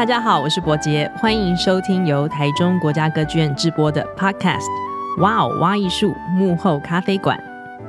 大家好，我是伯杰，欢迎收听由台中国家歌剧院制播的 Podcast 哇哦挖艺术幕后咖啡馆。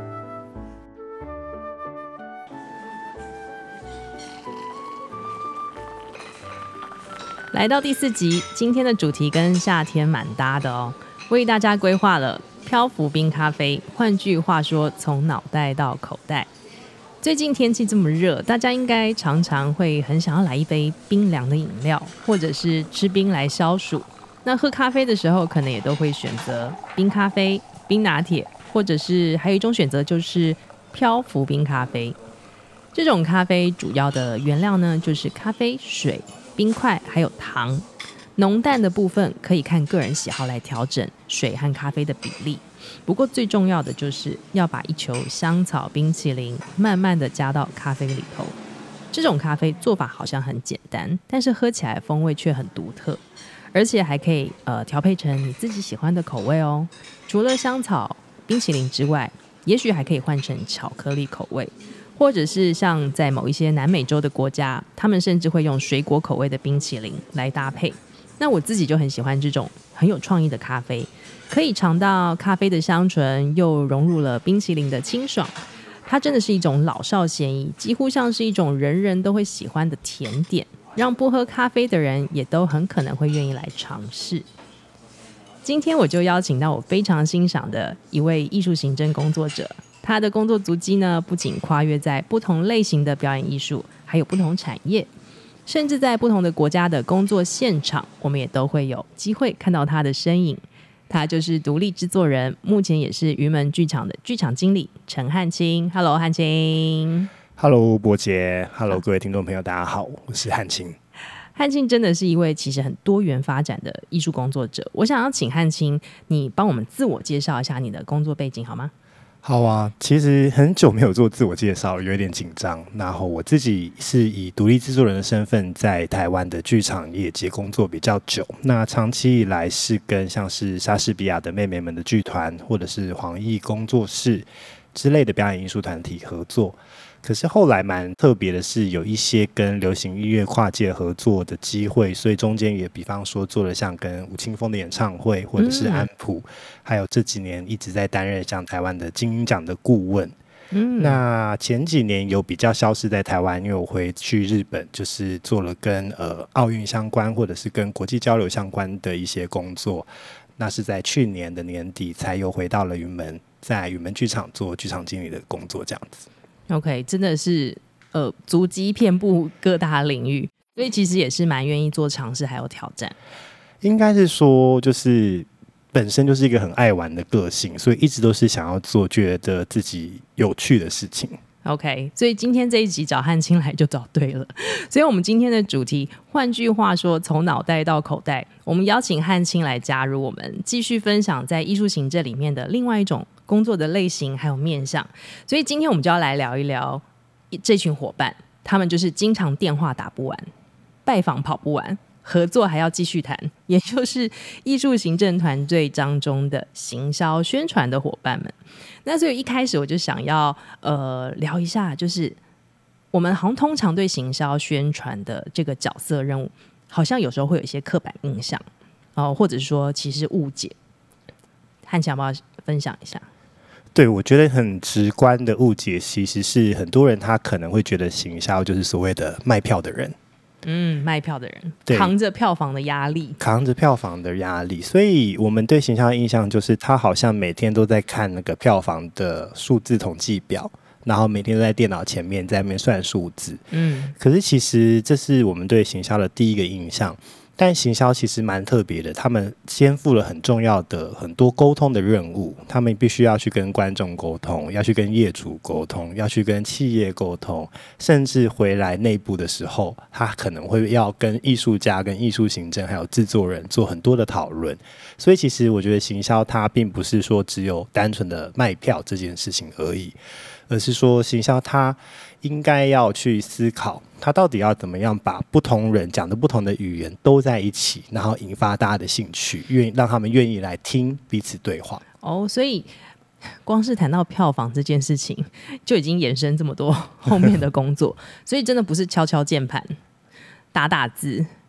来到第4集，今天的主题跟夏天蛮搭的哦，为大家规划了漂浮冰咖啡，换句话说，从脑袋到口袋。最近天气这么热，大家应该常常会很想要来一杯冰凉的饮料，或者是吃冰来消暑。那喝咖啡的时候，可能也都会选择冰咖啡、冰拿铁，或者是还有一种选择就是漂浮冰咖啡。这种咖啡主要的原料呢，就是咖啡、水、冰块还有糖。浓淡的部分可以看个人喜好来调整水和咖啡的比例。不过最重要的就是要把一球香草冰淇淋慢慢的加到咖啡里头。这种咖啡做法好像很简单，但是喝起来风味却很独特，而且还可以调配成你自己喜欢的口味哦。除了香草冰淇淋之外，也许还可以换成巧克力口味，或者是像在某一些南美洲的国家，他们甚至会用水果口味的冰淇淋来搭配。那我自己就很喜欢这种很有创意的咖啡，可以尝到咖啡的香醇，又融入了冰淇淋的清爽。它真的是一种老少咸宜，几乎像是一种人人都会喜欢的甜点，让不喝咖啡的人也都很可能会愿意来尝试。今天我就邀请到我非常欣赏的一位艺术行政工作者，他的工作足迹呢，不仅跨越在不同类型的表演艺术，还有不同产业，甚至在不同的国家的工作现场，我们也都会有机会看到他的身影。他就是独立制作人，目前也是云门剧场的剧场经理陈汉卿。Hello， 汉卿。 Hello， 伯杰。Hello， 各位听众朋友，大家好，我是汉卿。 汉卿真的是一位其实很多元发展的艺术工作者。我想要请汉卿，你帮我们自我介绍一下你的工作背景好吗？ 好啊，其实很久没有做自我介绍，有一点紧张。然后我自己是以独立制作人的身份，在台湾的剧场业界工作比较久。那长期以来是跟像是莎士比亚的妹妹们的剧团，或者是黄奕工作室之类的表演艺术团体合作。可是后来蛮特别的是，有一些跟流行音乐跨界合作的机会，所以中间也比方说做了像跟吴青峰的演唱会，或者是安普，还有这几年一直在担任像台湾的金鹰奖的顾问。那前几年有比较消失在台湾，因为我回去日本，就是做了跟奥运相关或者是跟国际交流相关的一些工作。那是在去年的年底才又回到了云门，在云门剧场做剧场经理的工作这样子。 OK， 真的是足迹遍布各大领域，所以其实也是蛮愿意做尝试还有挑战。 应该是说就是本身就是一个很爱玩的个性，所以一直都是想要做觉得自己有趣的事情。 OK， 所以今天这一集找汉卿来就找对了。所以我们今天的主题，换句话说，从脑袋到口袋，我们邀请汉卿来加入我们，继续分享在艺术行政里面的另外一种工作的类型还有面向。所以今天我们就要来聊一聊这群伙伴，他们就是经常电话打不完，拜访跑不完，合作还要继续谈，也就是艺术行政团队当中的行销宣传的伙伴们。那所以一开始我就想要聊一下，就是我们好像通常对行销宣传的这个角色任务，好像有时候会有一些刻板印象或者说其实误解。汉卿要不要分享一下？ 对，我觉得很直观的误解其实是很多人他可能会觉得行销就是所谓的卖票的人。 卖票的人扛着票房的压力，所以我们对行销的印象就是他好像每天都在看那个票房的数字统计表，然后每天都在电脑前面在那边算数字。可是其实这是我们对行销的第一个印象。但行销其实蛮特别的，他们肩负了很重要的很多沟通的任务，他们必须要去跟观众沟通，要去跟业主沟通，要去跟企业沟通，甚至回来内部的时候，他可能会要跟艺术家、跟艺术行政还有制作人做很多的讨论。所以其实我觉得行销它并不是说只有单纯的卖票这件事情而已，而是说行销它应该要去思考他到底要怎么样把不同人讲的不同的语言都在一起，然后引发大家的兴趣，让他们愿意来听彼此对话。 所以光是谈到票房这件事情就已经衍生这么多后面的工作所以真的不是敲敲键盘打打字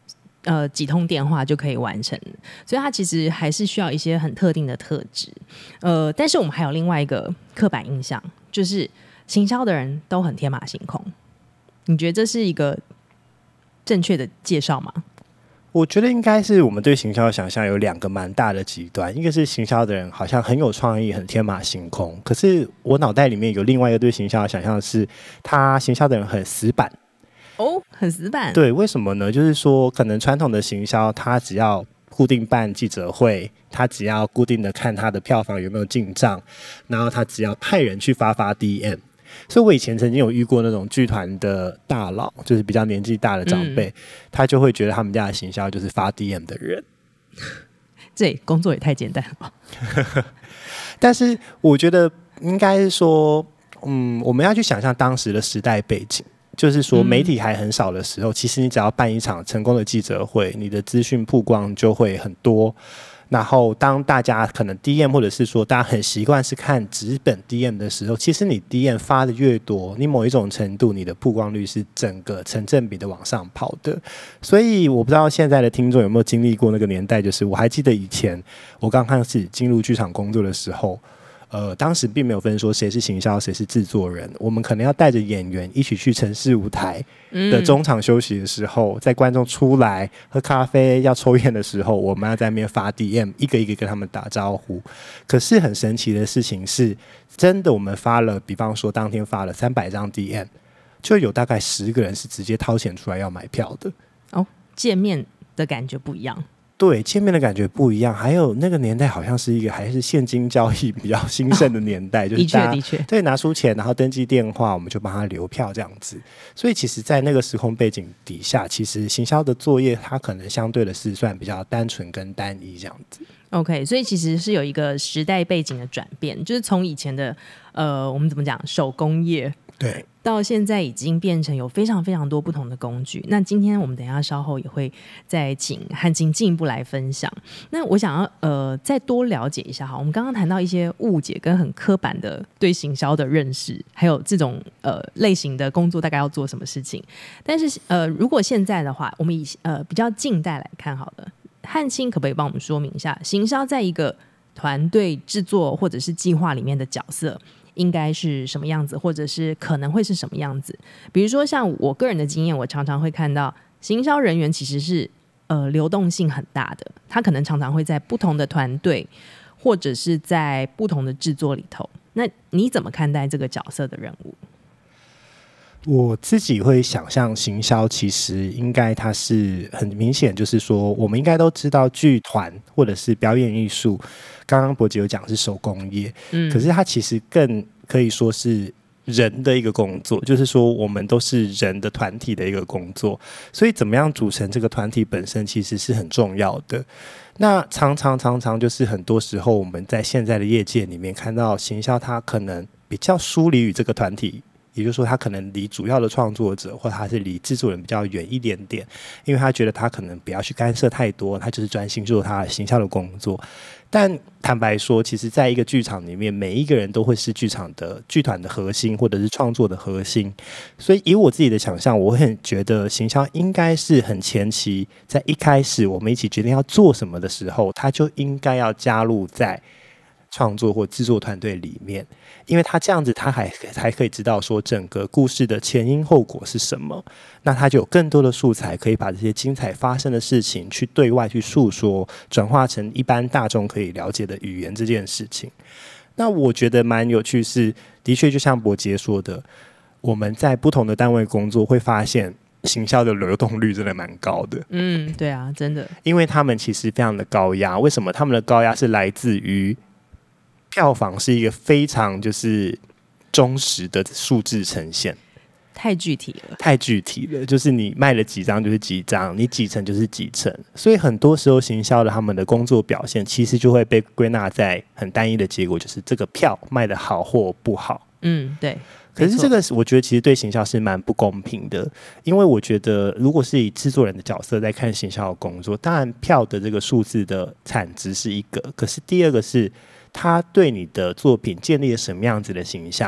几通电话就可以完成，所以它其实还是需要一些很特定的特质。但是我们还有另外一个刻板印象，就是行销的人都很天马行空。你觉得这是一个正确的介绍吗？ 我觉得应该是我们对行销的想象有两个蛮大的极端，一个是行销的人好像很有创意很天马行空，可是我脑袋里面有另外一个对行销的想象是他行销的人很死板。 很死板。 对，为什么呢？就是说可能传统的行销他只要固定办记者会，他只要固定的看他的票房有没有进账，然后他只要派人去发 DM。所以我以前曾经有遇过那种剧团的大佬，就是比较年纪大的长辈，他就会觉得他们家的行销就是发 DM 的人。 这工作也太简单了吧。 但是我觉得应该是说，我们要去想象当时的时代背景，就是说媒体还很少的时候，其实你只要办一场成功的记者会，你的资讯曝光就会很多。然后当大家可能 DM 或者是说大家很习惯是看纸本 DM 的时候，其实你 DM 发的越多，你某一种程度你的曝光率是整个成正比的往上跑的。所以我不知道现在的听众有没有经历过那个年代，就是我还记得以前我刚开始进入剧场工作的时候，当时并没有分说谁是行销谁是制作人，我们可能要带着演员一起去城市舞台的中场休息的时候，在观众出来喝咖啡要抽烟的时候，我们要在那边发 DM 一个一个跟他们打招呼。可是很神奇的事情是，真的我们发了，比方说当天发了300张 DM， 就有大概10个人是直接掏钱出来要买票的。 见面的感觉不一样。 对，见面的感觉不一样。还有那个年代好像是一个还是现金交易比较兴盛的年代，就是大家的确对，拿出钱然后登记电话，我们就帮他留票这样子。所以其实在那个时空背景底下，其实行销的作业它可能相对的是算比较单纯跟单一这样子。 OK， 所以其实是有一个时代背景的转变，就是从以前的我们怎么讲手工业， 对， 到现在已经变成有非常非常多不同的工具。那今天我们等一下稍后也会再请汉青进一步来分享。那我想要再多了解一下哈，我们刚刚谈到一些误解跟很刻板的对行销的认识，还有这种类型的工作大概要做什么事情。但是如果现在的话，我们以比较近代来看好了，汉青可不可以帮我们说明一下，行销在一个团队制作或者是计划里面的角色应该是什么样子，或者是可能会是什么样子？比如说像我个人的经验，我常常会看到行销人员其实是流动性很大的，他可能常常会在不同的团队或者是在不同的制作里头。那你怎么看待这个角色的人物？ 我自己会想象行销其实应该它是很明显，就是说我们应该都知道剧团或者是表演艺术，刚刚伯杰有讲是手工业，可是它其实更可以说是人的一个工作，就是说我们都是人的团体的一个工作，所以怎么样组成这个团体本身其实是很重要的。那常常就是很多时候我们在现在的业界里面看到行销它可能比较疏离于这个团体，也就是说他可能离主要的创作者或者他是离制作人比较远一点点，因为他觉得他可能不要去干涉太多，他就是专心做他行销的工作。但坦白说，其实在一个剧场里面，每一个人都会是剧团的核心或者是创作的核心，所以以我自己的想象，我很觉得行销应该是很前期，在一开始我们一起决定要做什么的时候，他就应该要加入在创作或制作团队里面，因为他这样子他还可以知道说整个故事的前因后果是什么，那他就有更多的素材可以把这些精彩发生的事情去对外去诉说，转化成一般大众可以了解的语言这件事情。那我觉得蛮有趣是，的确就像伯杰说的，我们在不同的单位工作会发现行销的流动率真的蛮高的。 对啊，真的， 因为他们其实非常的高压。为什么他们的高压是来自于票房是一个非常就是忠实的数字呈现， 太具体了， 就是你卖了几张就是几张，你几成就是几成，所以很多时候行销的他们的工作表现其实就会被归纳在很单一的结果，就是这个票卖得好或不好。 对。 可是这个我觉得其实对行销是蛮不公平的，因为我觉得如果是以制作人的角色在看行销的工作，当然票的这个数字的产值是一个，可是第二个是他对你的作品建立了什么样子的形象，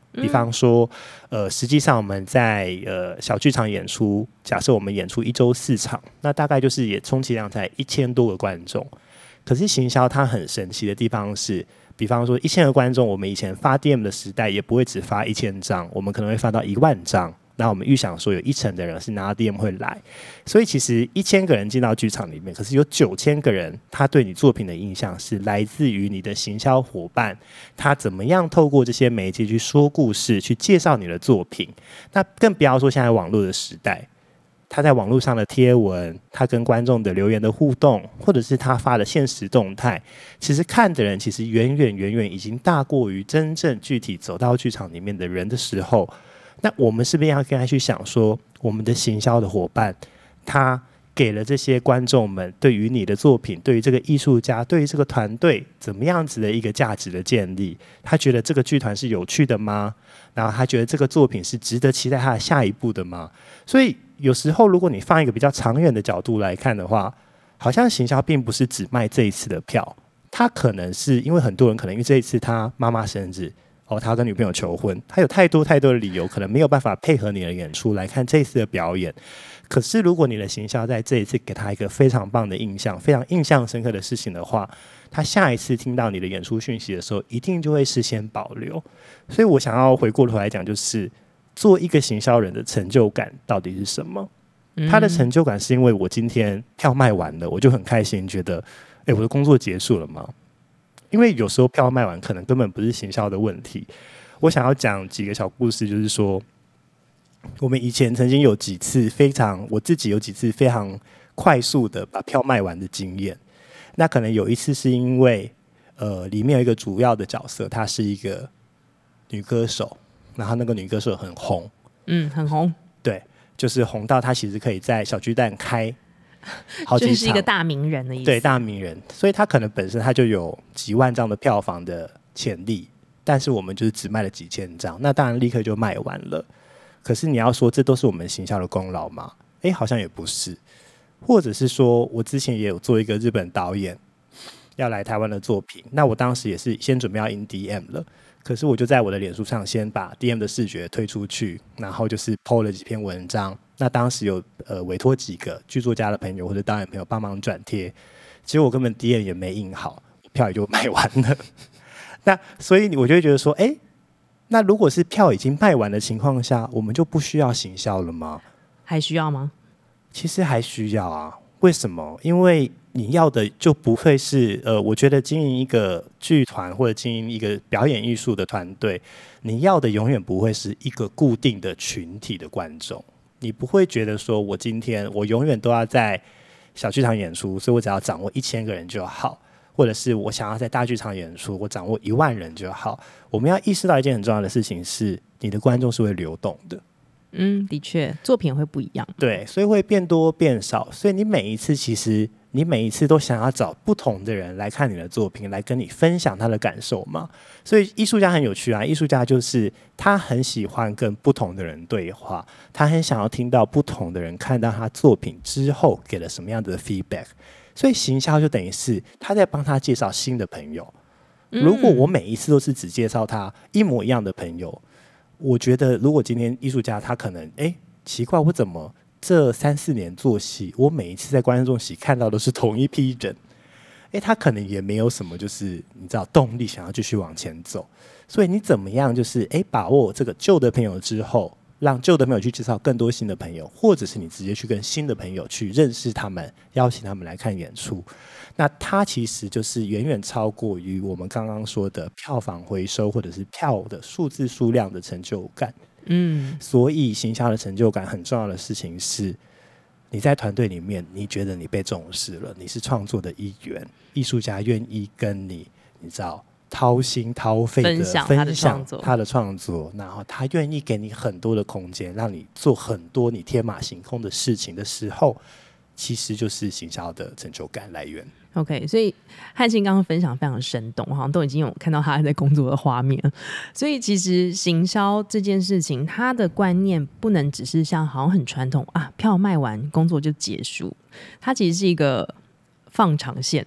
比方说实际上我们在小剧场演出，假设我们演出1周4场，那大概就是也充其量才1000多个观众。可是行销它很神奇的地方是，比方说1000个观众，我们以前发 DM 的时代也不会只发1000张，我们可能会发到10000张。那我们预想说有1成的人是拿到 DM 会来，所以其实1000个人进到剧场里面，可是有9000个人他对你作品的印象是来自于你的行销伙伴，他怎么样透过这些媒介去说故事，去介绍你的作品。那更不要说现在网络的时代，他在网络上的贴文，他跟观众的留言的互动，或者是他发的限时动态，其实看的人其实远远已经大过于真正具体走到剧场里面的人的时候，那我们是不是要跟他去想说，我们的行销的伙伴，他给了这些观众们对于你的作品，对于这个艺术家，对于这个团队怎么样子的一个价值的建立？他觉得这个剧团是有趣的吗？然后他觉得这个作品是值得期待他的下一步的吗？所以有时候如果你放一个比较长远的角度来看的话，好像行销并不是只卖这一次的票，他可能是因为很多人可能因为这一次他妈妈生日，他要跟女朋友求婚，他有太多的理由可能没有办法配合你的演出来看这一次的表演。可是如果你的行销在这一次给他一个非常棒的印象，非常印象深刻的事情的话，他下一次听到你的演出讯息的时候一定就会事先保留。所以我想要回过头来讲，就是做一个行销人的成就感到底是什么？他的成就感是因为我今天票卖完了，我就很开心，觉得我的工作结束了吗？因为有时候票卖完可能根本不是行销的问题。我想要讲几个小故事，就是说我们以前曾经有几次我自己有几次非常快速的把票卖完的经验。那可能有一次是因为里面有一个主要的角色，她是一个女歌手，然后那个女歌手很红， 很红， 对，就是红到她其实可以在小巨蛋开好几场， 就是一个大名人的意思。 对，大名人，所以他可能本身他就有几万张的票房的潜力，但是我们就是只卖了几千张，那当然立刻就卖完了。可是你要说这都是我们行销的功劳吗？好像也不是。或者是说我之前也有做一个日本导演要来台湾的作品，那我当时也是先准备要印 DM 了，可是我就在我的脸书上先把 DM 的视觉推出去，然后就是 po 了几篇文章。那当时有委托几个剧作家的朋友或者导演朋友帮忙转贴，结果我根本 DM 也没印好，票也就卖完了。那所以我就会觉得说，那如果是票已经卖完的情况下，我们就不需要行销了吗？ 还需要吗？ 其实还需要啊。为什么？因为你要的就不会是我觉得经营一个剧团或者经营一个表演艺术的团队，你要的永远不会是一个固定的群体的观众。你不会觉得说我今天我永远都要在小剧场演出，所以我只要掌握1000个人就好，或者是我想要在大剧场演出，我掌握10000人就好。我们要意识到一件很重要的事情是，你的观众是会流动的。 的确，作品会不一样。 对，所以会变多变少，所以你每一次都想要找不同的人来看你的作品，来跟你分享他的感受嘛。所以艺术家很有趣啊，艺术家就是他很喜欢跟不同的人对话，他很想要听到不同的人看到他作品之后给了什么样的 feedback。所以行销就等于是他在帮他介绍新的朋友。如果我每一次都是只介绍他一模一样的朋友，我觉得如果今天艺术家他可能奇怪，我怎么这3-4年做戏，我每一次在观众席看到都是同一批人，他可能也没有什么就是你知道动力想要继续往前走。所以你怎么样就是把握这个旧的朋友之后，让旧的朋友去介绍更多新的朋友，或者是你直接去跟新的朋友去认识他们，邀请他们来看演出。那它其实就是远远超过于我们刚刚说的票房回收或者是票的数字数量的成就感。所以行销的成就感很重要的事情是，你在团队里面你觉得你被重视了，你是创作的一员，艺术家愿意跟你知道掏心掏肺的分享他的创作，然后他愿意给你很多的空间，让你做很多你天马行空的事情的时候，其实就是行销的成就感来源。 OK， 所以汉信刚刚分享非常生动，好像都已经有看到他在工作的画面。所以其实行销这件事情，他的观念不能只是像好像很传统啊，票卖完工作就结束，它其实是一个放长线。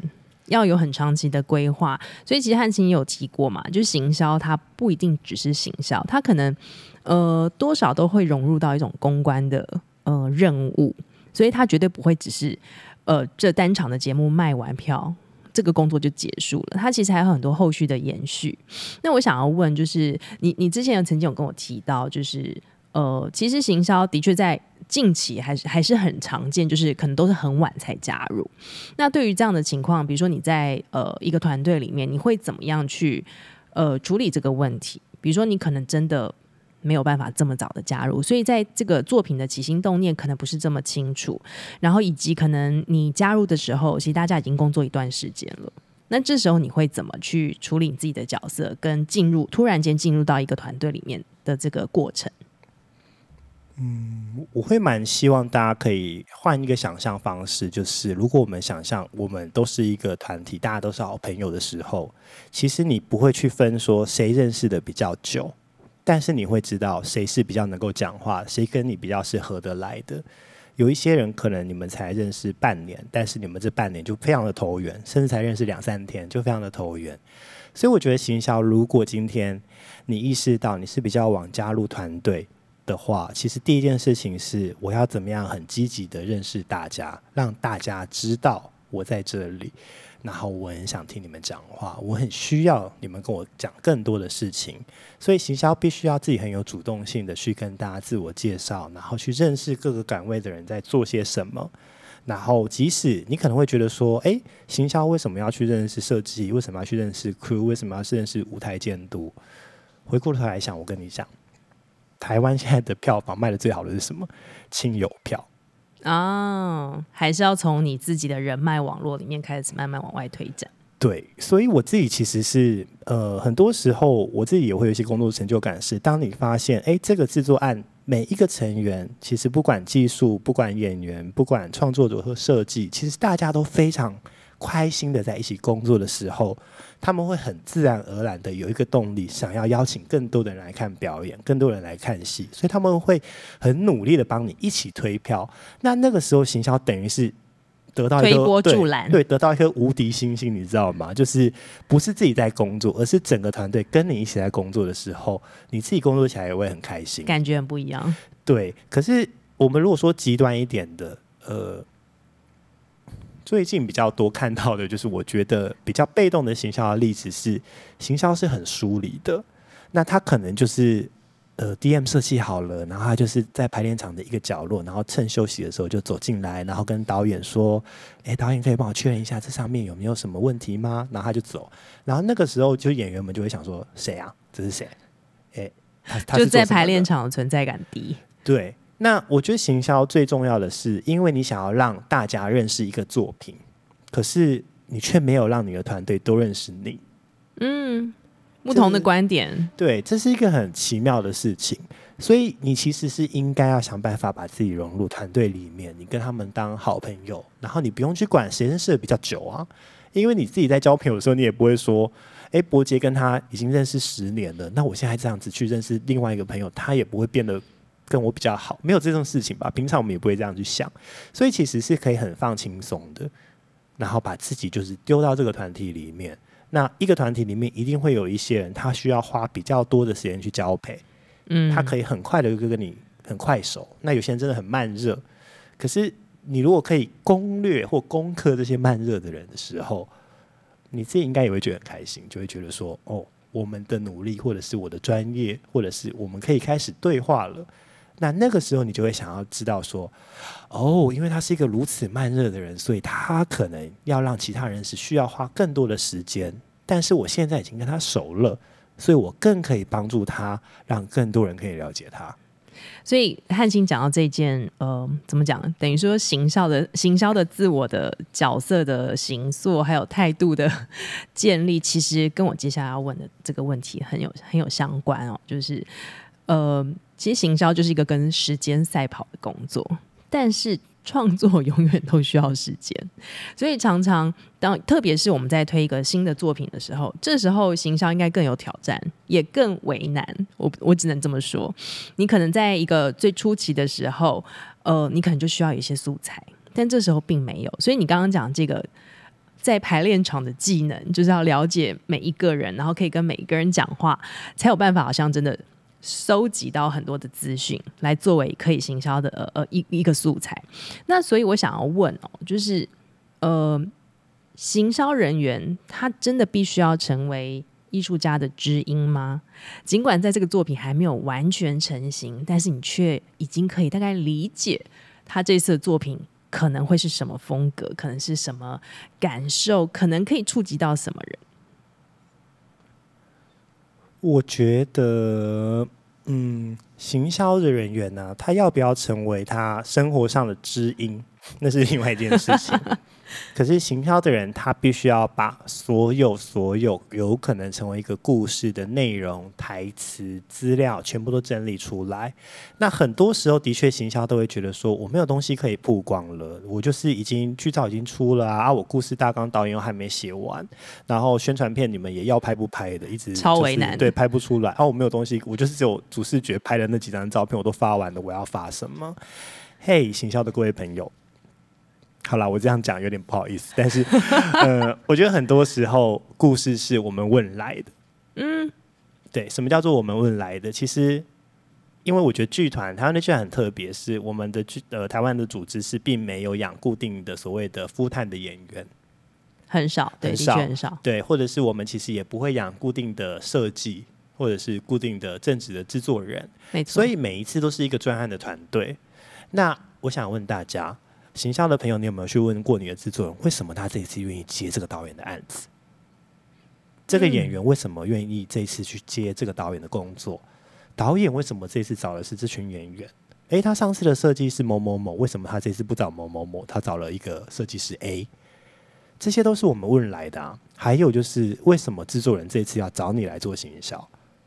要有很长期的规划。所以其实汉卿也有提过嘛，就是行销它不一定只是行销，它可能多少都会融入到一种公关的任务，所以它绝对不会只是这单场的节目卖完票这个工作就结束了，它其实还有很多后续的延续。那我想要问，就是你之前曾经有跟我提到，就是其实行销的确在近期还是很常见，就是可能都是很晚才加入。那对于这样的情况，比如说你在一个团队里面，你会怎么样去处理这个问题？比如说你可能真的没有办法这么早的加入，所以在这个作品的起心动念可能不是这么清楚，然后以及可能你加入的时候，其实大家已经工作一段时间了。那这时候你会怎么去处理你自己的角色，跟突然间进入到一个团队里面的这个过程？ 我会蛮希望大家可以换一个想象方式，就是如果我们想象我们都是一个团体，大家都是好朋友的时候，其实你不会去分说谁认识的比较久，但是你会知道谁是比较能够讲话，谁跟你比较是合得来的。有一些人可能你们才认识半年，但是你们这半年就非常的投缘，甚至才认识2-3天就非常的投缘。所以我觉得行销，如果今天你意识到你是比较往加入团队的话，其实第一件事情是我要怎么样很积极的认识大家，让大家知道我在这里，然后我很想听你们讲话，我很需要你们跟我讲更多的事情。所以行销必须要自己很有主动性的去跟大家自我介绍，然后去认识各个岗位的人在做些什么。然后即使你可能会觉得说，行销为什么要去认识设计，为什么要去认识 crew， 为什么要去认识舞台监督，回过头来想，我跟你讲，台湾现在的票房卖的最好的是什么？亲友票啊，还是要从你自己的人脉网络里面开始慢慢往外推展。 对，所以我自己其实是很多时候我自己也会有一些工作成就感，是当你发现这个制作案每一个成员，其实不管技术，不管演员，不管创作者和设计，其实大家都非常开心的在一起工作的时候，他们会很自然而然的有一个动力，想要邀请更多的人来看表演，更多人来看戏，所以他们会很努力的帮你一起推票。那个时候行销等于是得到一个推波助澜， 对，得到一颗无敌星星，你知道吗？就是不是自己在工作，而是整个团队跟你一起在工作的时候，你自己工作起来也会很开心， 感觉很不一样。 对，可是我们如果说极端一点的，最近比较多看到的就是，我觉得比较被动的行销的例子是，行销是很疏离的，那他可能就是DM 设计好了，然后他就是在排练场的一个角落，然后趁休息的时候就走进来，然后跟导演说：“导演可以帮我确认一下这上面有没有什么问题吗？”然后他就走，然后那个时候就演员们就会想说：“谁啊？这是谁？”他就在排练场的存在感低。 对，那我觉得行销最重要的是，因为你想要让大家认识一个作品，可是你却没有让你的团队都认识你。 不同的观点， 对，这是一个很奇妙的事情，所以你其实是应该要想办法把自己融入团队里面，你跟他们当好朋友，然后你不用去管谁认识的比较久啊，因为你自己在交朋友的时候，你也不会说，伯杰跟他已经认识10年了，那我现在这样子去认识另外一个朋友，他也不会变得跟我比较好，没有这种事情吧？平常我们也不会这样去想，所以其实是可以很放轻松的，然后把自己就是丢到这个团体里面。那一个团体里面一定会有一些人，他需要花比较多的时间去交配，他可以很快的跟你很快熟。那有些人真的很慢热，可是你如果可以攻略或攻克这些慢热的人的时候，你自己应该也会觉得很开心，就会觉得说，我们的努力，或者是我的专业，或者是我们可以开始对话了。那个时候你就会想要知道说，因为他是一个如此慢热的人，所以他可能要让其他人是需要花更多的时间，但是我现在已经跟他熟了，所以我更可以帮助他，让更多人可以了解他。 所以汉卿讲到这件怎么讲，等于说行销的自我的角色的形塑还有态度的建立，其实跟我接下来要问的这个问题很有相关哦，就是其实行销就是一个跟时间赛跑的工作，但是创作永远都需要时间，所以常常特别是我们在推一个新的作品的时候，这时候行销应该更有挑战，也更为难。我只能这么说，你可能在一个最初期的时候，你可能就需要一些素材，但这时候并没有。所以你刚刚讲这个在排练场的技能，就是要了解每一个人，然后可以跟每一个人讲话，才有办法好像真的收集到很多的资讯，来作为可以行销的一个素材。那所以我想要问就是行销人员他真的必须要成为艺术家的知音吗？尽管在这个作品还没有完全成型，但是你却已经可以大概理解他这次的作品可能会是什么风格，可能是什么感受，可能可以触及到什么人。 我觉得行销的人员呢，他要不要成为他生活上的知音，那是另外一件事情。可是行销的人，他必须要把所有有可能成为一个故事的内容、台词、资料，全部都整理出来。那很多时候，的确行销都会觉得说，我没有东西可以曝光了，我就是剧照已经出了啊，我故事大纲导演又还没写完，然后宣传片你们也要拍不拍的，一直、 超为难， 对，拍不出来啊，我没有东西，我就是只有主视觉拍的那几张照片我都发完了，我要发什么？嘿，行销的各位朋友。好啦，我这样讲有点不好意思，但是我觉得很多时候故事是我们问来的。对，什么叫做我们问来的？其实，因为我觉得台湾的剧团很特别，是我们的台湾的组织是并没有养固定的所谓的full-time的演员， 很少，对，的确很少， 对，或者是我们其实也不会养固定的设计，或者是固定的正职的制作人， 没错， 所以每一次都是一个专案的团队。那我想问大家。行销的朋友，你有没有去问过你的制作人，为什么他这一次愿意接这个导演的案子？这个演员为什么愿意这一次去接这个导演的工作？导演为什么这一次找的是这群演员？他上次的设计是某某某，为什么他这次不找某某某，他找了一个设计师 A？ 这些都是我们问来的啊。还有就是，为什么制作人这一次要找你来做行销？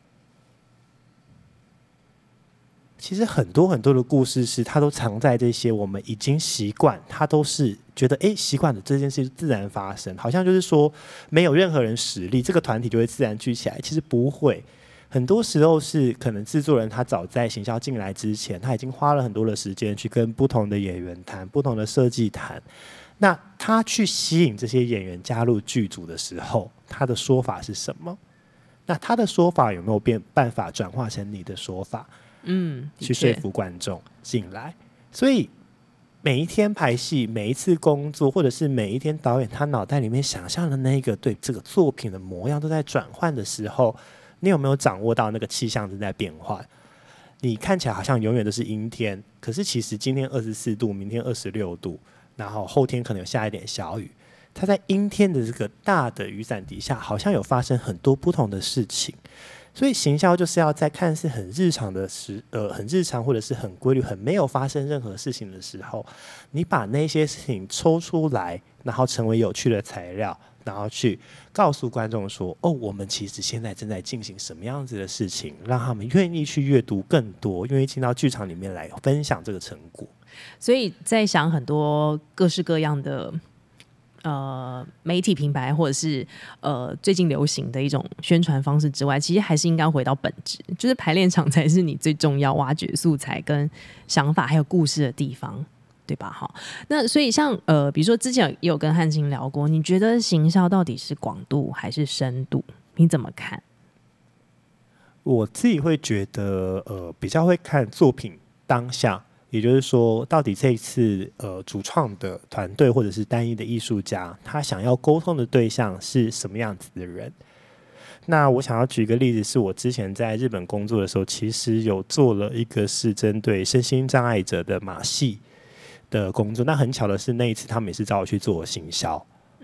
其实很多的故事是它都藏在这些我们已经习惯，它都是觉得习惯的这件事自然发生，好像就是说没有任何人使力，这个团体就会自然聚起来。其实不会，很多时候是可能制作人他早在行销进来之前，他已经花了很多的时间去跟不同的演员谈，不同的设计谈。那他去吸引这些演员加入剧组的时候，他的说法是什么？那他的说法有没有办法转化成你的说法？去说服观众进来。所以每一天排戏，每一次工作，或者是每一天导演他脑袋里面想象的那个对这个作品的模样都在转换的时候，你有没有掌握到那个气象正在变化？你看起来好像永远都是阴天，可是其实今天24度，明天26度，然后后天可能有下一点小雨。它在阴天的这个大的雨伞底下，好像有发生很多不同的事情。所以行销就是要在看似很日常的很日常或者是很规律、很没有发生任何事情的时候，你把那些事情抽出来，然后成为有趣的材料，然后去告诉观众说：“我们其实现在正在进行什么样子的事情，让他们愿意去阅读更多，愿意进到剧场里面来分享这个成果。” 所以在想很多各式各样的。媒体品牌或者是最近流行的一种宣传方式之外，其实还是应该回到本质，就是排练场才是你最重要挖掘素材跟想法还有故事的地方，对吧？好，那所以像比如说之前也有跟汉青聊过，你觉得行销到底是广度还是深度？你怎么看？ 我自己会觉得比较会看作品当下。也就是说，到底这一次主创的团队或者是单一的艺术家，他想要沟通的对象是什么样子的人？那我想要举一个例子，是我之前在日本工作的时候，其实有做了一个是针对身心障碍者的马戏的工作。那很巧的是，那一次他们也是找我去做行销。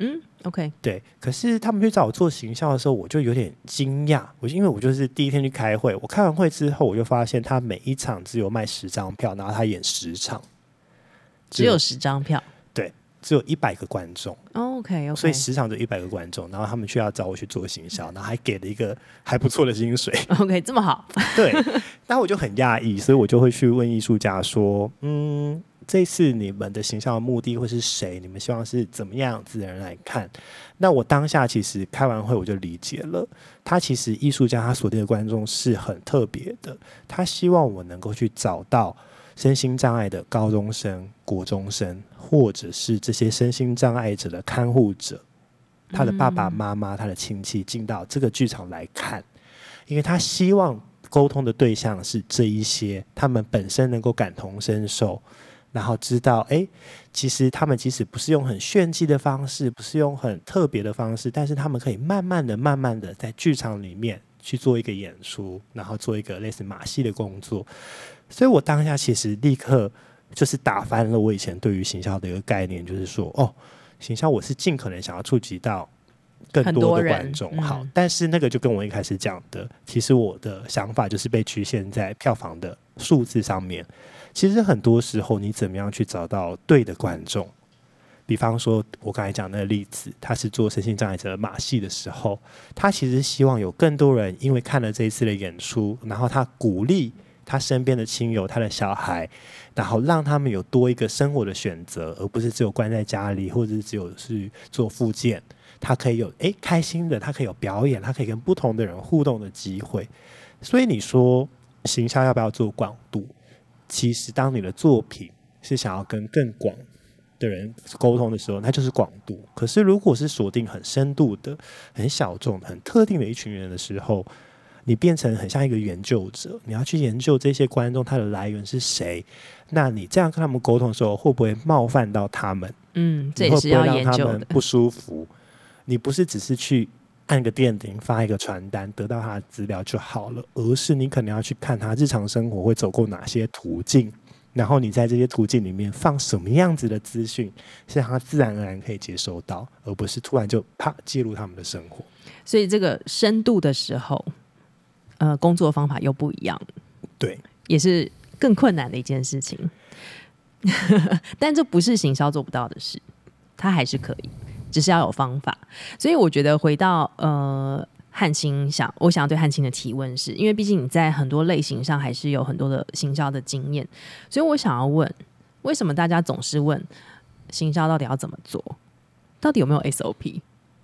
OK， 对，可是他们去找我做行销的时候，我就有点惊讶。因为我就是第一天去开会，我开完会之后，我就发现他每一场只有卖10张票，然后他演10场， 只有10张票， 对，只有100个观众。 OK， 所以10场就100个观众，然后他们却要找我去做行销，然后还给了一个还不错的薪水。 OK， 这么好， 对，那我就很讶异，所以我就会去问艺术家说，这次你们的行销的目的会是谁？你们希望是怎么样子的人来看？那我当下其实开完会我就理解了，他其实艺术家他锁定的观众是很特别的，他希望我能够去找到身心障碍的高中生、国中生，或者是这些身心障碍者的看护者， 他的爸爸妈妈、他的亲戚进到这个剧场来看，因为他希望沟通的对象是这一些他们本身能够感同身受，然后知道其实他们即使不是用很炫技的方式，不是用很特别的方式，但是他们可以慢慢的在剧场里面去做一个演出，然后做一个类似马戏的工作。所以我当下其实立刻就是打翻了我以前对于行销的一个概念，就是说行销我是尽可能想要触及到更多的观众，好，但是那个就跟我一开始讲的，其实我的想法就是被局限在票房的数字上面。其实很多时候你怎么样去找到对的观众，比方说我刚才讲那个例子，他是做身心障碍者的马戏的时候，他其实希望有更多人因为看了这一次的演出，然后他鼓励他身边的亲友，他的小孩，然后让他们有多一个生活的选择，而不是只有关在家里，或者是只有是做复健。他可以有开心的，他可以有表演，他可以跟不同的人互动的机会。所以你说行销要不要做广度？其实当你的作品是想要跟更广的人沟通的时候，那就是广度。可是如果是锁定很深度的、很小众、很特定的一群人的时候，你变成很像一个研究者，你要去研究这些观众他的来源是谁，那你这样跟他们沟通的时候，会不会冒犯到他们？ 这也是要研究的。 会不会让他们不舒服？你不是只是去按个电铃发一个传单得到他的资料就好了，而是你可能要去看他日常生活会走过哪些途径，然后你在这些途径里面放什么样子的资讯是让他自然而然可以接收到，而不是突然就啪介入他们的生活。 所以这个深度的时候工作方法又不一样， 对， 也是更困难的一件事情但这不是行销做不到的事，它还是可以，只是要有方法。所以我觉得回到汉青，我想对汉青的提问是，因为毕竟你在很多类型上还是有很多的行销的经验，所以我想要问，为什么大家总是问行销到底要怎么做，到底有没有 SOP？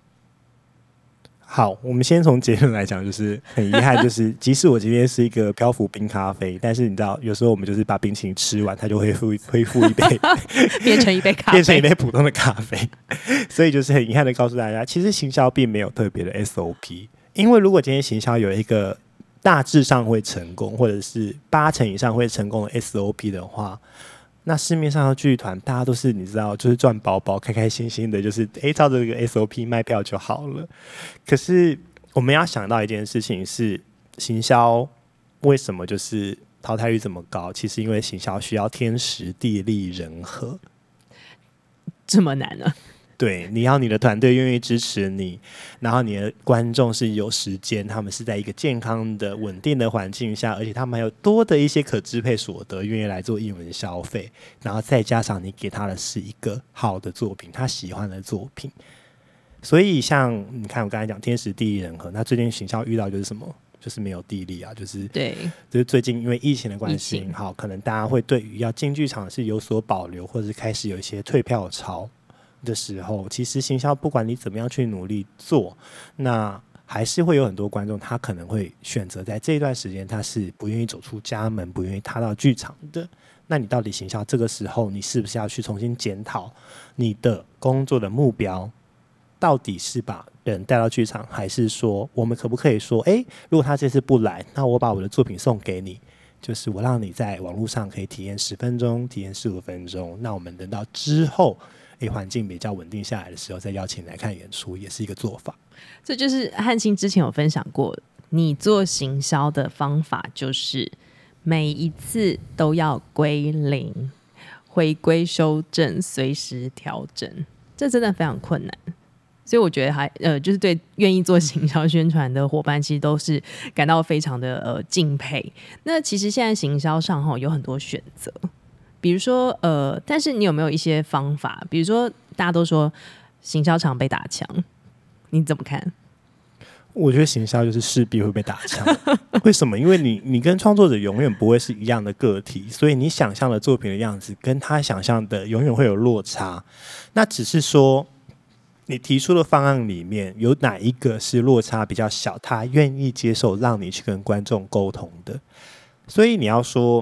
好，我们先从结论来讲，就是很遗憾，就是即使我今天是一个漂浮冰咖啡，但是你知道，有时候我们就是把冰淇淋吃完，它就会恢复一杯， 变成一杯咖啡， 变成一杯普通的咖啡。所以就是很遗憾的告诉大家，其实行销并没有特别的 SOP， 因为如果今天行销有一个大致上会成功，或者是80%以上会成功的 SOP 的话，那市面上的剧团大家都是你知道就是赚饱饱开开心心的，就是照着这个 SOP 卖票就好了。可是我们要想到一件事情是，行销为什么就是淘汰率这么高，其实因为行销需要天时地利人和。 这么难啊？ 对，你要你的团队愿意支持你，然后你的观众是有时间，他们是在一个健康的稳定的环境下，而且他们还有多的一些可支配所得，愿意来做艺文消费，然后再加上你给他的是一个好的作品，他喜欢的作品。所以像你看我刚才讲天时地利人和，那最近行销遇到就是什么？就是没有地利啊，就是对， 就是最近因为疫情的关系，好，可能大家会对于要进剧场是有所保留，或者是开始有一些退票潮的时候，其实行销不管你怎么样去努力做，那还是会有很多观众他可能会选择在这一段时间他是不愿意走出家门，不愿意踏到剧场的。那你到底行销这个时候你是不是要去重新检讨你的工作的目标，到底是把人带到剧场，还是说我们可不可以说如果他这次不来，那我把我的作品送给你，就是我让你在网络上可以体验10分钟，体验15分钟，那我们等到之后环境比较稳定下来的时候再邀请来看演出，也是一个做法。 这就是汉青之前有分享过，你做行销的方法就是每一次都要归零，回归修正，随时调整，这真的非常困难。所以我觉得就是对愿意做行销宣传的伙伴，其实都是感到非常的敬佩。那其实现在行销上有很多选择，比如说但是你有没有一些方法？比如说大家都说行销常被打枪，你怎么看？ 我觉得行销就是势必会被打枪。为什么？因为你跟创作者永远不会是一样的个体，所以你想象的作品的样子跟他想象的永远会有落差。那只是说你提出的方案里面有哪一个是落差比较小，他愿意接受让你去跟观众沟通的。所以你要说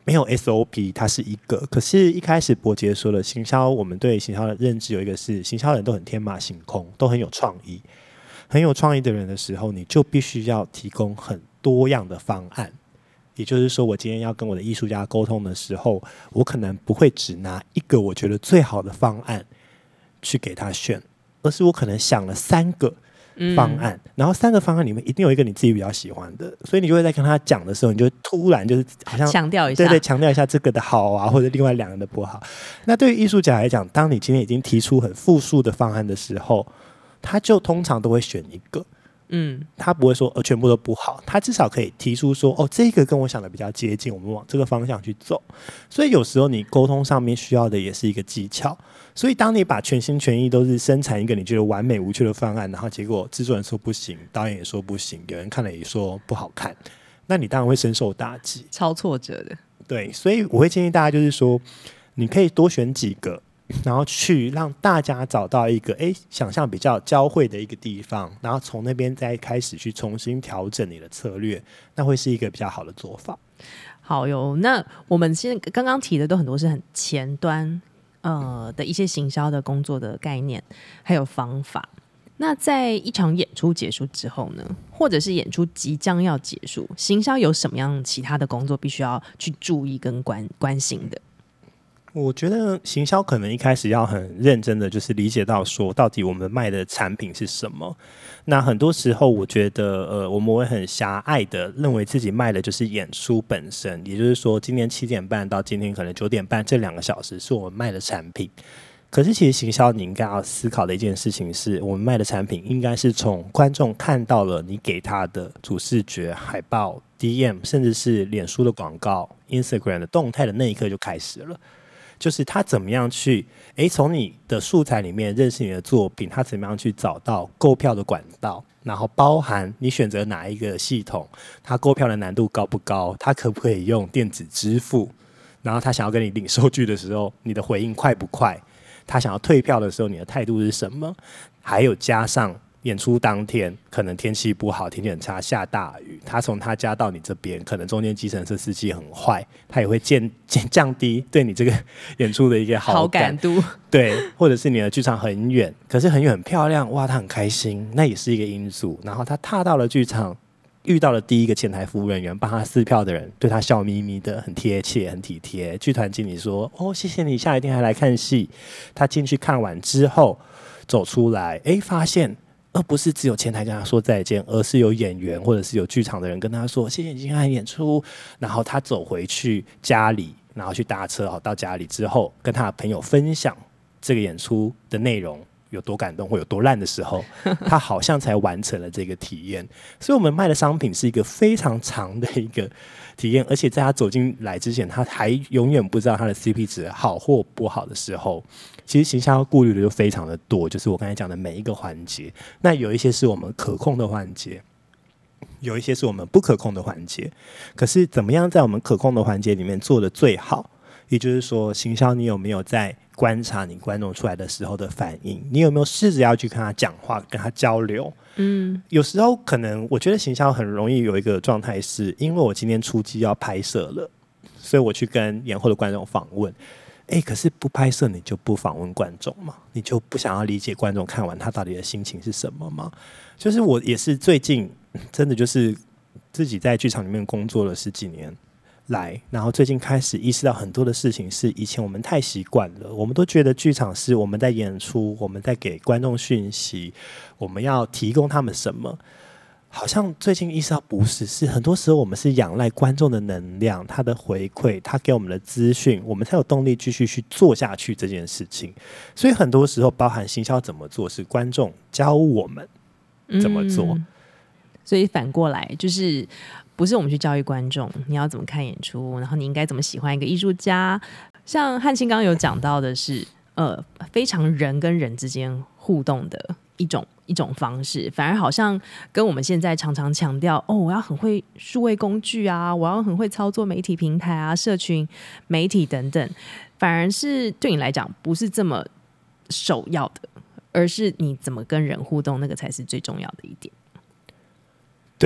没有 SOP， 它是一个。可是，一开始伯杰说了，行销我们对行销的认知有一个是，行销人都很天马行空，都很有创意。很有创意的人的时候，你就必须要提供很多样的方案。也就是说，我今天要跟我的艺术家沟通的时候，我可能不会只拿一个我觉得最好的方案去给他选，而是我可能想了3个方案，然后3个方案里面一定有一个你自己比较喜欢的，所以你就会在跟他讲的时候，你就突然就是好像强调一下， 对，强调一下这个的好啊，或者另外2个的不好。那对于艺术家来讲，当你今天已经提出很复数的方案的时候，他就通常都会选一个。他不会说全部都不好，他至少可以提出说这个跟我想的比较接近，我们往这个方向去走。所以有时候你沟通上面需要的也是一个技巧。所以当你把全心全意都是生产一个你觉得完美无缺的方案，然后结果制作人说不行，导演也说不行，有人看了也说不好看，那你当然会深受打击， 超挫折的。 对，所以我会建议大家就是说，你可以多选几个，然后去让大家找到一个想象比较交汇的一个地方，然后从那边再开始去重新调整你的策略，那会是一个比较好的做法。 好哟，那我们现在刚刚提的都很多是很前端的一些行销的工作的概念还有方法。那在一场演出结束之后呢，或者是演出即将要结束，行销有什么样其他的工作必须要去注意跟关心的？ 我觉得行销可能一开始要很认真的就是理解到说到底我们卖的产品是什么。那很多时候我觉得我们会很狭隘的认为自己卖的就是演出本身，也就是说今天7点半到今天可能9点半这2个小时是我们卖的产品。可是其实行销你应该要思考的一件事情是，我们卖的产品应该是从观众看到了你给他的主视觉、海报、DM， 甚至是脸书的广告、Instagram 的动态的那一刻就开始了。就是他怎么样去从你的素材里面认识你的作品，他怎么样去找到购票的管道，然后包含你选择哪一个系统，他购票的难度高不高，他可不可以用电子支付，然后他想要跟你领收据的时候你的回应快不快，他想要退票的时候你的态度是什么，还有加上演出当天可能天气不好，天气很差，下大雨，他从他家到你这边可能中间计程车司机很坏，他也会降低对你这个演出的一个好感度， 对，或者是你的剧场很远，可是很远很漂亮，哇他很开心，那也是一个因素。然后他踏到了剧场，遇到了第一个前台服务人员，帮他撕票的人对他笑眯眯的，很贴切很体贴。剧团经理说谢谢你下一天还来看戏，他进去看完之后走出来发现而不是只有前台跟他说再见，而是有演员或者是有剧场的人跟他说谢谢你今天来演出，然后他走回去家里，然后去搭车到家里之后跟他的朋友分享这个演出的内容有多感动或有多烂的时候，他好像才完成了这个体验。所以我们卖的商品是一个非常长的一个体验，而且在他走进来之前他还永远不知道他的 CP 值好或不好的时候，其实行销要顾虑的就非常的多，就是我刚才讲的每一个环节。那有一些是我们可控的环节，有一些是我们不可控的环节，可是怎么样在我们可控的环节里面做得最好，也就是说行销你有没有在观察你观众出来的时候的反应，你有没有试着要去跟他讲话跟他交流。有时候可能我觉得行销很容易有一个状态是，因为我今天出击要拍摄了，所以我去跟演后的观众访问，可是不拍摄你就不访问观众吗？你就不想要理解观众看完他到底的心情是什么吗？就是我也是最近真的就是自己在剧场里面工作了10几年来，然后最近开始意识到很多的事情是以前我们太习惯了，我们都觉得剧场是我们在演出，我们在给观众讯息，我们要提供他们什么，好像最近意识到不是，是很多时候我们是仰赖观众的能量，他的回馈，他给我们的资讯，我们才有动力继续去做下去这件事情。所以很多时候包含行销怎么做是观众教我们怎么做。 所以反过来就是不是我们去教育观众你要怎么看演出，然后你应该怎么喜欢一个艺术家。像汉卿刚刚有讲到的是非常人跟人之间互动的一种方式，反而好像跟我们现在常常强调我要很会数位工具啊，我要很会操作媒体平台啊，社群媒体等等，反而是对你来讲不是这么首要的，而是你怎么跟人互动，那个才是最重要的一点。 对，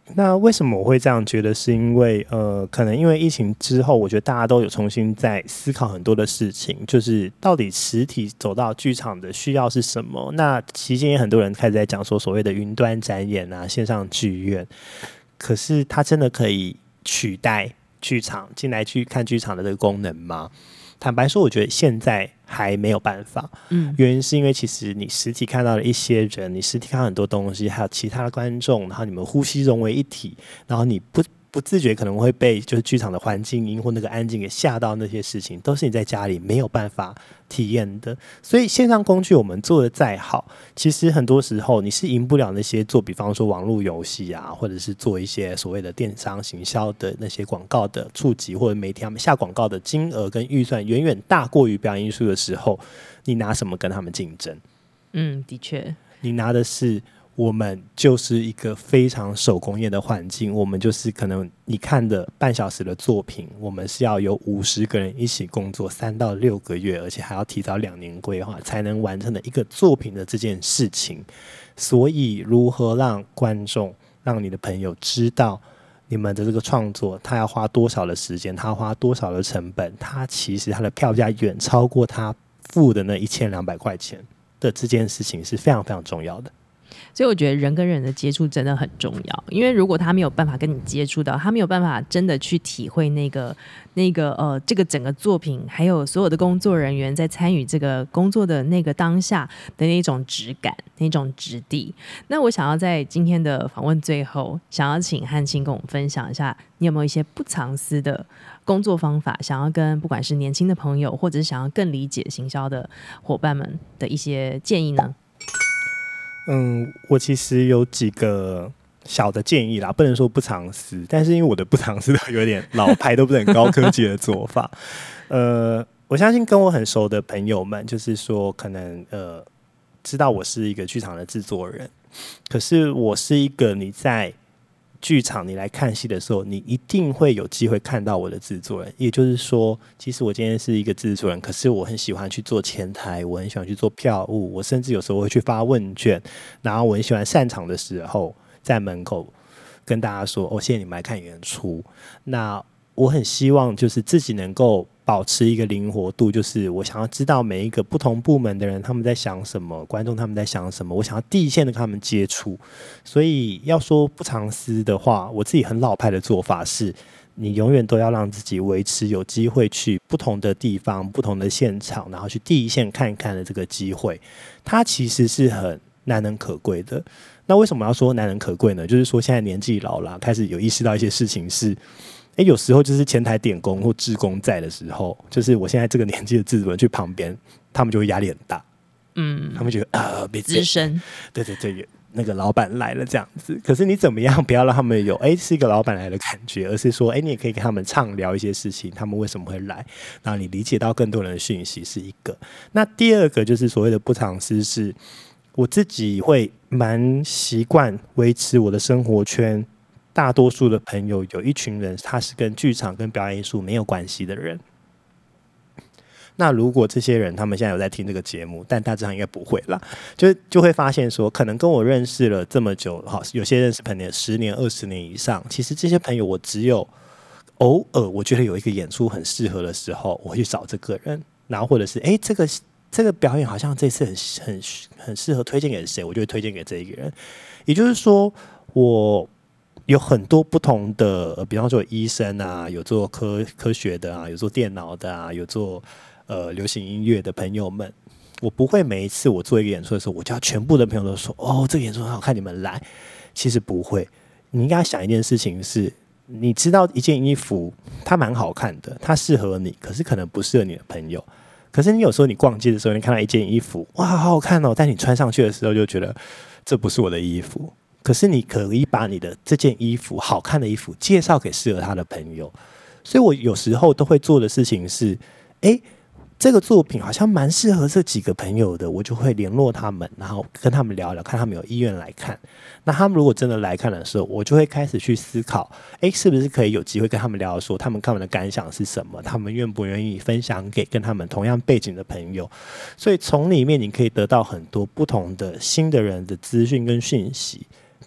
那为什么我会这样觉得？是因为可能因为疫情之后，我觉得大家都有重新在思考很多的事情，就是到底实体走到剧场的需要是什么？那期间也很多人开始在讲说所谓的云端展演啊、线上剧院，可是它真的可以取代剧场进来去看剧场的这个功能吗？坦白说，我觉得现在还没有办法。原因是因为其实你实体看到了一些人，你实体看到很多东西，还有其他的观众，然后你们呼吸融为一体，然后你不自觉可能会被就是剧场的环境音或那个安静给吓到，那些事情都是你在家里没有办法体验的。所以线上工具我们做的再好，其实很多时候你是赢不了那些做比方说网络游戏啊，或者是做一些所谓的电商行销的那些广告的触及，或者媒体他们下广告的金额跟预算远远大过于表演艺术的时候，你拿什么跟他们竞争？ 的确， 你拿的是我们就是一个非常手工业的环境，我们就是可能你看的半小时的作品，我们是要有50个人一起工作3到6个月，而且还要提早2年规划才能完成的一个作品的这件事情。所以如何让观众让你的朋友知道你们的这个创作他要花多少的时间，他要花多少的成本，他其实他的票价远超过他付的那1200块钱的这件事情是非常非常重要的。 所以我觉得人跟人的接触真的很重要，因为如果他没有办法跟你接触到，他没有办法真的去体会这个整个作品，还有所有的工作人员在参与这个工作的那个当下的那种质感、那种质地。那我想要在今天的访问最后，想要请汉卿跟我们分享一下，你有没有一些不藏私的工作方法，想要跟不管是年轻的朋友，或者是想要更理解行销的伙伴们的一些建议呢？ 我其实有几个小的建议啦，不能说不藏私，但是因为我的不藏私都有点老派，都不是很高科技的做法。我相信跟我很熟的朋友们，就是说可能知道我是一个剧场的制作人，可是我是一个你在剧场你来看戏的时候，你一定会有机会看到我的制作人。也就是说，其实我今天是一个制作人，可是我很喜欢去做前台，我很喜欢去做票务，我甚至有时候会去发问卷，然后我很喜欢散场的时候在门口跟大家说谢谢你们来看演出。那我很希望就是自己能够保持一个灵活度，就是我想要知道每一个不同部门的人他们在想什么，观众他们在想什么，我想要第一线的跟他们接触。所以要说不藏私的话，我自己很老派的做法是，你永远都要让自己维持有机会去不同的地方、不同的现场，然后去第一线看看的这个机会，它其实是很难能可贵的。那为什么要说难能可贵呢？就是说现在年纪老了，开始有意识到一些事情是有时候就是前台点工或志工在的时候，就是我现在这个年纪的制作人去旁边，他们就会压力很大。他们觉得别资深， 对对对，那个老板来了这样子。可是你怎么样不要让他们有是一个老板来的感觉，而是说你也可以跟他们畅聊一些事情，他们为什么会来，然后你理解到更多人的讯息是一个。那第二个就是所谓的不藏私，是我自己会蛮习惯维持我的生活圈。大多数的朋友有一群人他是跟剧场跟表演艺术没有关系的人。那如果这些人他们现在有在听这个节目，但大致上应该不会啦，就会发现说可能跟我认识了这么久，有些认识朋友10年20年以上，其实这些朋友我只有偶尔我觉得有一个演出很适合的时候，我会去找这个人，然后或者是这个表演好像这次很适合推荐给谁，我就会推荐给这一个人。也就是说我有很多不同的比方说有医生啊，有做科学的啊，有做电脑的啊，有做流行音乐的朋友们，我不会每一次我做一个演出的时候，我就要全部的朋友都说这个演出很好看，你们来。其实不会，你应该想一件事情是，你知道一件衣服它蛮好看的，它适合你，可是可能不适合你的朋友。可是你有时候你逛街的时候，你看到一件衣服，哇，好好看哦，但你穿上去的时候就觉得这不是我的衣服。可是你可以把你的这件衣服好看的衣服介绍给适合他的朋友。所以我有时候都会做的事情是这个作品好像蛮适合这几个朋友的，我就会联络他们，然后跟他们聊聊，看他们有意愿来看。那他们如果真的来看的时候，我就会开始去思考是不是可以有机会跟他们聊说他们看完的感想是什么，他们愿不愿意分享给跟他们同样背景的朋友。所以从里面你可以得到很多不同的新的人的资讯跟讯息，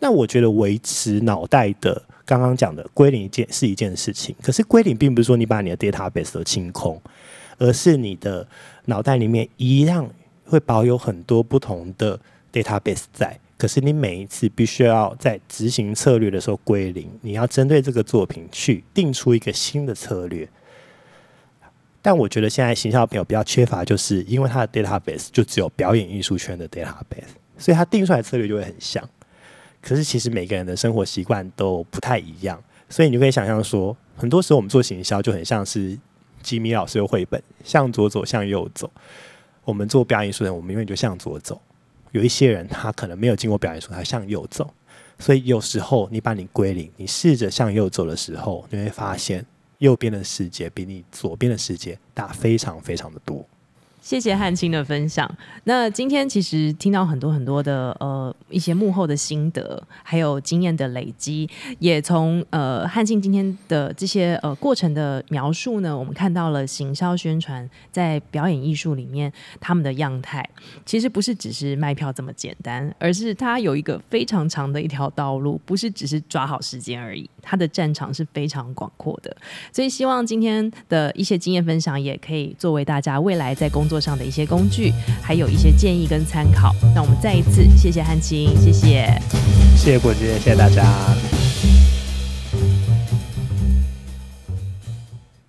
那我觉得维持脑袋的刚刚讲的归零是一件事情，可是归零并不是说你把你的 database 都清空，而是你的脑袋里面一样会保有很多不同的 database 在，可是你每一次必须要在执行策略的时候归零，你要针对这个作品去定出一个新的策略。但我觉得现在行销朋友比较缺乏，就是因为他的 database 就只有表演艺术圈的 database， 所以他定出来的策略就会很像。可是其实每个人的生活习惯都不太一样，所以你就可以想象说，很多时候我们做行销就很像是吉米老师的绘本，向左走，向右走。我们做表演艺术的人，我们永远就向左走。有一些人他可能没有经过表演艺术，他向右走。所以有时候你把你归零，你试着向右走的时候，你会发现右边的世界比你左边的世界大非常非常的多。 谢谢汉青的分享。那今天其实听到很多很多的一些幕后的心得，还有经验的累积，也从汉青今天的这些过程的描述呢，我们看到了行销宣传在表演艺术里面他们的样态，其实不是只是卖票这么简单，而是它有一个非常长的一条道路，不是只是抓好时间而已，它的战场是非常广阔的。所以希望今天的一些经验分享也可以作为大家未来在工作上的一些工具，还有一些建议跟参考。那我们再一次谢谢汉青，谢谢， 谢谢国杰，谢谢大家。